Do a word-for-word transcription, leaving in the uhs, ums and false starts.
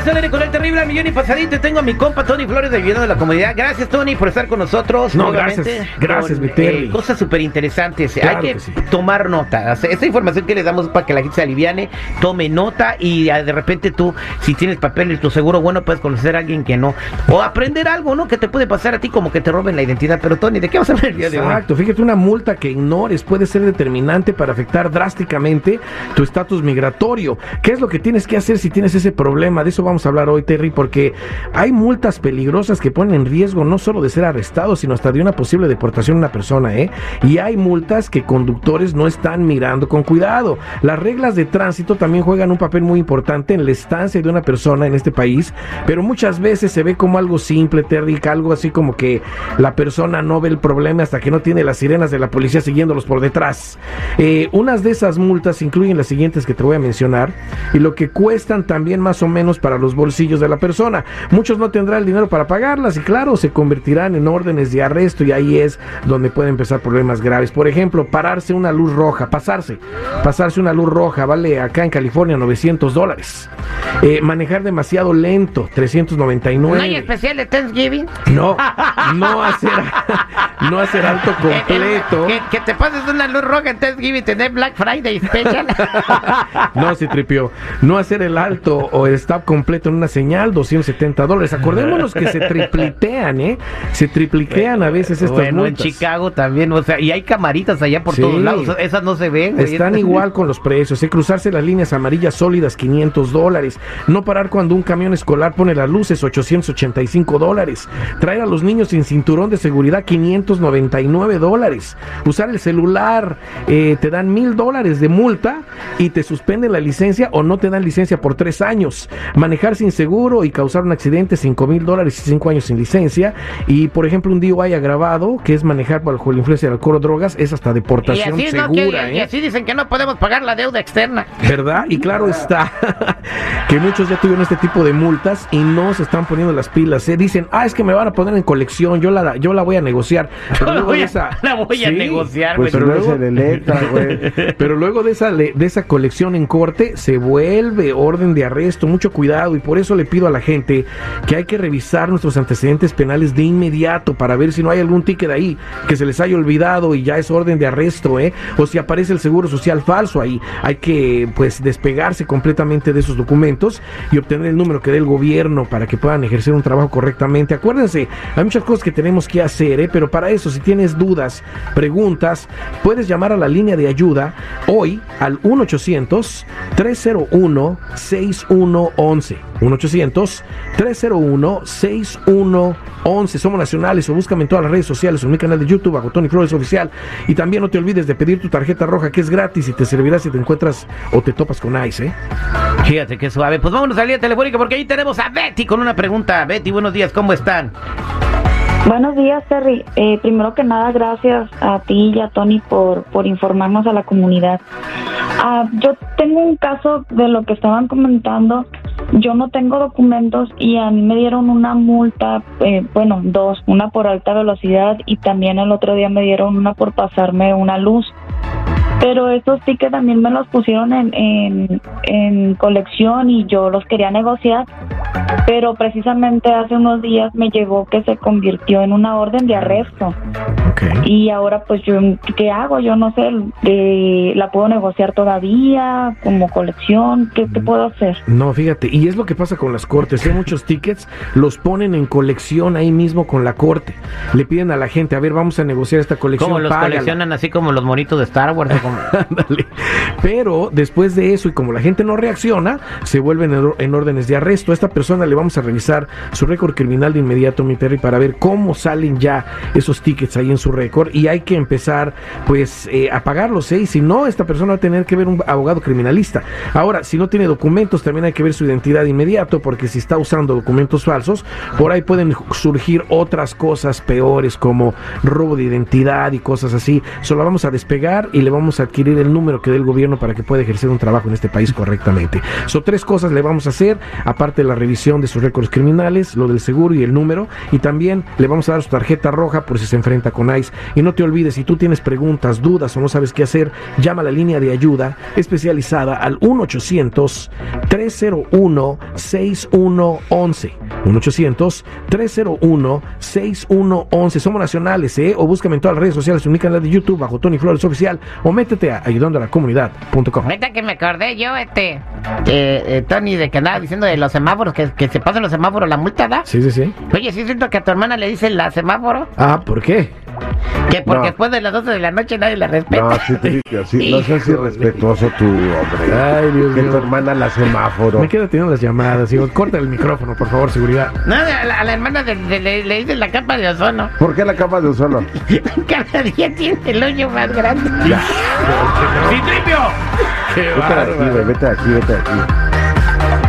Estamos en el con el terrible al millón y pasadito. Tengo a mi compa Tony Flores de Vivienda de la Comunidad. Gracias, Tony, por estar con nosotros. No, gracias, gracias, con, mi Terry. eh, Cosas súper interesantes. Claro Hay que, que sí. tomar nota. O sea, esta información que les damos para que la gente se aliviane, tome nota y de repente tú, si tienes papel y tu seguro bueno, puedes conocer a alguien que no. O aprender algo, ¿no? Que te puede pasar a ti como que te roben la identidad. Pero, Tony, ¿de qué vas a hablar el día de hoy? Exacto, fíjate, una multa que ignores puede ser determinante para afectar drásticamente tu estatus migratorio. ¿Qué es lo que tienes que hacer si tienes ese problema? De eso vamos a hablar hoy, Terry, porque hay multas peligrosas que ponen en riesgo no solo de ser arrestado, sino hasta de una posible deportación de una persona, ¿eh? Y hay multas que conductores no están mirando con cuidado. Las reglas de tránsito también juegan un papel muy importante en la estancia de una persona en este país, pero muchas veces se ve como algo simple, Terry, algo así como que la persona no ve el problema hasta que no tiene las sirenas de la policía siguiéndolos por detrás. Eh, unas de esas multas incluyen las siguientes que te voy a mencionar y lo que cuestan también más o menos para los bolsillos de la persona. Muchos no tendrán el dinero para pagarlas y claro, se convertirán en órdenes de arresto y ahí es donde pueden empezar problemas graves. Por ejemplo, pararse una luz roja, pasarse, pasarse una luz roja vale acá en California novecientos dólares. Eh, manejar demasiado lento, trescientos noventa y nueve. ¿No hay especial de Thanksgiving? No, no hacer, no hacer alto completo. Que, que te pases una luz roja en Thanksgiving y tener Black Friday special. No, se tripió. No hacer el alto o el stop completo en una señal, doscientos setenta dólares. Acordémonos que se triplitean, ¿eh? Se tripliquean bueno, a veces estas bueno, multas. En Chicago también, o sea, y hay camaritas allá por sí, todos lados. Esas no se ven. Están igual con los precios, ¿eh? Cruzarse las líneas amarillas sólidas, quinientos dólares. No parar cuando un camión escolar pone las luces, ochocientos ochenta y cinco dólares. Traer a los niños sin cinturón de seguridad, quinientos noventa y nueve dólares. Usar el celular, eh, te dan mil dólares de multa y te suspenden la licencia o no te dan licencia por tres años. Manejar sin seguro y causar un accidente, cinco mil dólares y cinco años sin licencia. Y por ejemplo, un D U I agravado, que es manejar bajo la influencia de alcohol o drogas, es hasta deportación y así, segura. No, que, ¿eh? Y así dicen que no podemos pagar la deuda externa. ¿Verdad? Y claro está que muchos ya tuvieron este tipo de multas y no se están poniendo las pilas, ¿eh? Dicen, ah, es que me van a poner en colección, yo la, yo la voy a negociar. Pero yo luego voy de a, esa, la voy sí, a negociar, pues, güey. pero luego, se deleta, güey. Pero luego de esa, de esa colección en corte se vuelve orden de arresto, mucho cuidado, y por eso le pido a la gente que hay que revisar nuestros antecedentes penales de inmediato para ver si no hay algún ticket ahí que se les haya olvidado y ya es orden de arresto, ¿eh? O si aparece el seguro social falso ahí, hay que pues despegarse completamente de esos documentos y obtener el número que dé el gobierno para que puedan ejercer un trabajo correctamente. Acuérdense, hay muchas cosas que tenemos que hacer, ¿eh? Pero para eso, si tienes dudas, preguntas, puedes llamar a la línea de ayuda hoy al uno ochocientos, tres cero uno, seis uno once. uno ochocientos, tres cero uno, seis uno once. Somos nacionales, o búscame en todas las redes sociales o en mi canal de YouTube bajo Tony Flores Oficial. Y también no te olvides de pedir tu tarjeta roja, que es gratis y te servirá si te encuentras o te topas con ICE, ¿eh? Fíjate qué suave. Pues vámonos a la línea telefónica porque ahí tenemos a Betty con una pregunta. Betty, buenos días, ¿cómo están? Buenos días, Terry. Eh, primero que nada, gracias a ti y a Tony por, por informarnos a la comunidad. Uh, yo tengo un caso de lo que estaban comentando. Yo no tengo documentos y a mí me dieron una multa, eh, bueno, dos, una por alta velocidad y también el otro día me dieron una por pasarme una luz. Pero esos tickets también me los pusieron en, en, en colección y yo los quería negociar. Pero precisamente hace unos días me llegó que se convirtió en una orden de arresto. Okay. Y ahora pues yo, ¿qué hago? Yo no sé, de, ¿la puedo negociar todavía como colección? ¿Qué, qué puedo hacer? No, fíjate, y es lo que pasa con las cortes. Hay muchos tickets, los ponen en colección ahí mismo con la corte. Le piden a la gente, a ver, vamos a negociar esta colección. Como los págala. coleccionan así como los monitos de Star Wars. Como... Pero después de eso, y como la gente no reacciona, se vuelven en, en órdenes de arresto. A esta persona le vamos a revisar su récord criminal de inmediato, mi Terry, para ver cómo salen ya esos tickets ahí en su récord, y hay que empezar pues eh, a pagarlos, ¿eh? Y si no, esta persona va a tener que ver un abogado criminalista. Ahora, si no tiene documentos, también hay que ver su identidad de inmediato, porque si está usando documentos falsos, por ahí pueden surgir otras cosas peores como robo de identidad y cosas así. Solo vamos a despegar y le vamos a adquirir el número que dé el gobierno para que pueda ejercer un trabajo en este país correctamente. Son tres cosas le vamos a hacer, aparte de la revisión revisión de sus récords criminales, lo del seguro y el número, y también le vamos a dar su tarjeta roja por si se enfrenta con ICE. Y no te olvides, si tú tienes preguntas, dudas o no sabes qué hacer, llama a la línea de ayuda especializada al uno ochocientos, tres cero uno, seis uno once. uno ochocientos, tres cero uno, seis uno once. Somos nacionales, ¿eh? O búscame en todas las redes sociales, un canal de YouTube bajo Tony Flores Oficial, o métete a ayudando a la comunidad punto com. Ahorita que me acordé yo, este, eh, eh, Tony, de que andaba diciendo de los semáforos, que, que se pasan los semáforos, la multa da. Sí, sí, sí. Oye, ¿sí siento que a tu hermana le dicen la semáforo? Ah, ¿por qué? Que porque No. después de las doce de la noche nadie la respeta. No, sí te digo, sí, no seas irrespetuoso tú, hombre. Ay, Dios que mío. tu hermana la semáforo. Me quedo teniendo las llamadas. Digo, corta el micrófono, por favor, seguridad. No, a la, a la hermana de, de- le, le dicen la capa de ozono. ¿Por qué la cama de ozono? Cada día tiene el hoyo más grande. Ya. ¡Citripio! ¡Qué Vete de aquí, güey, vete de aquí, vete de aquí.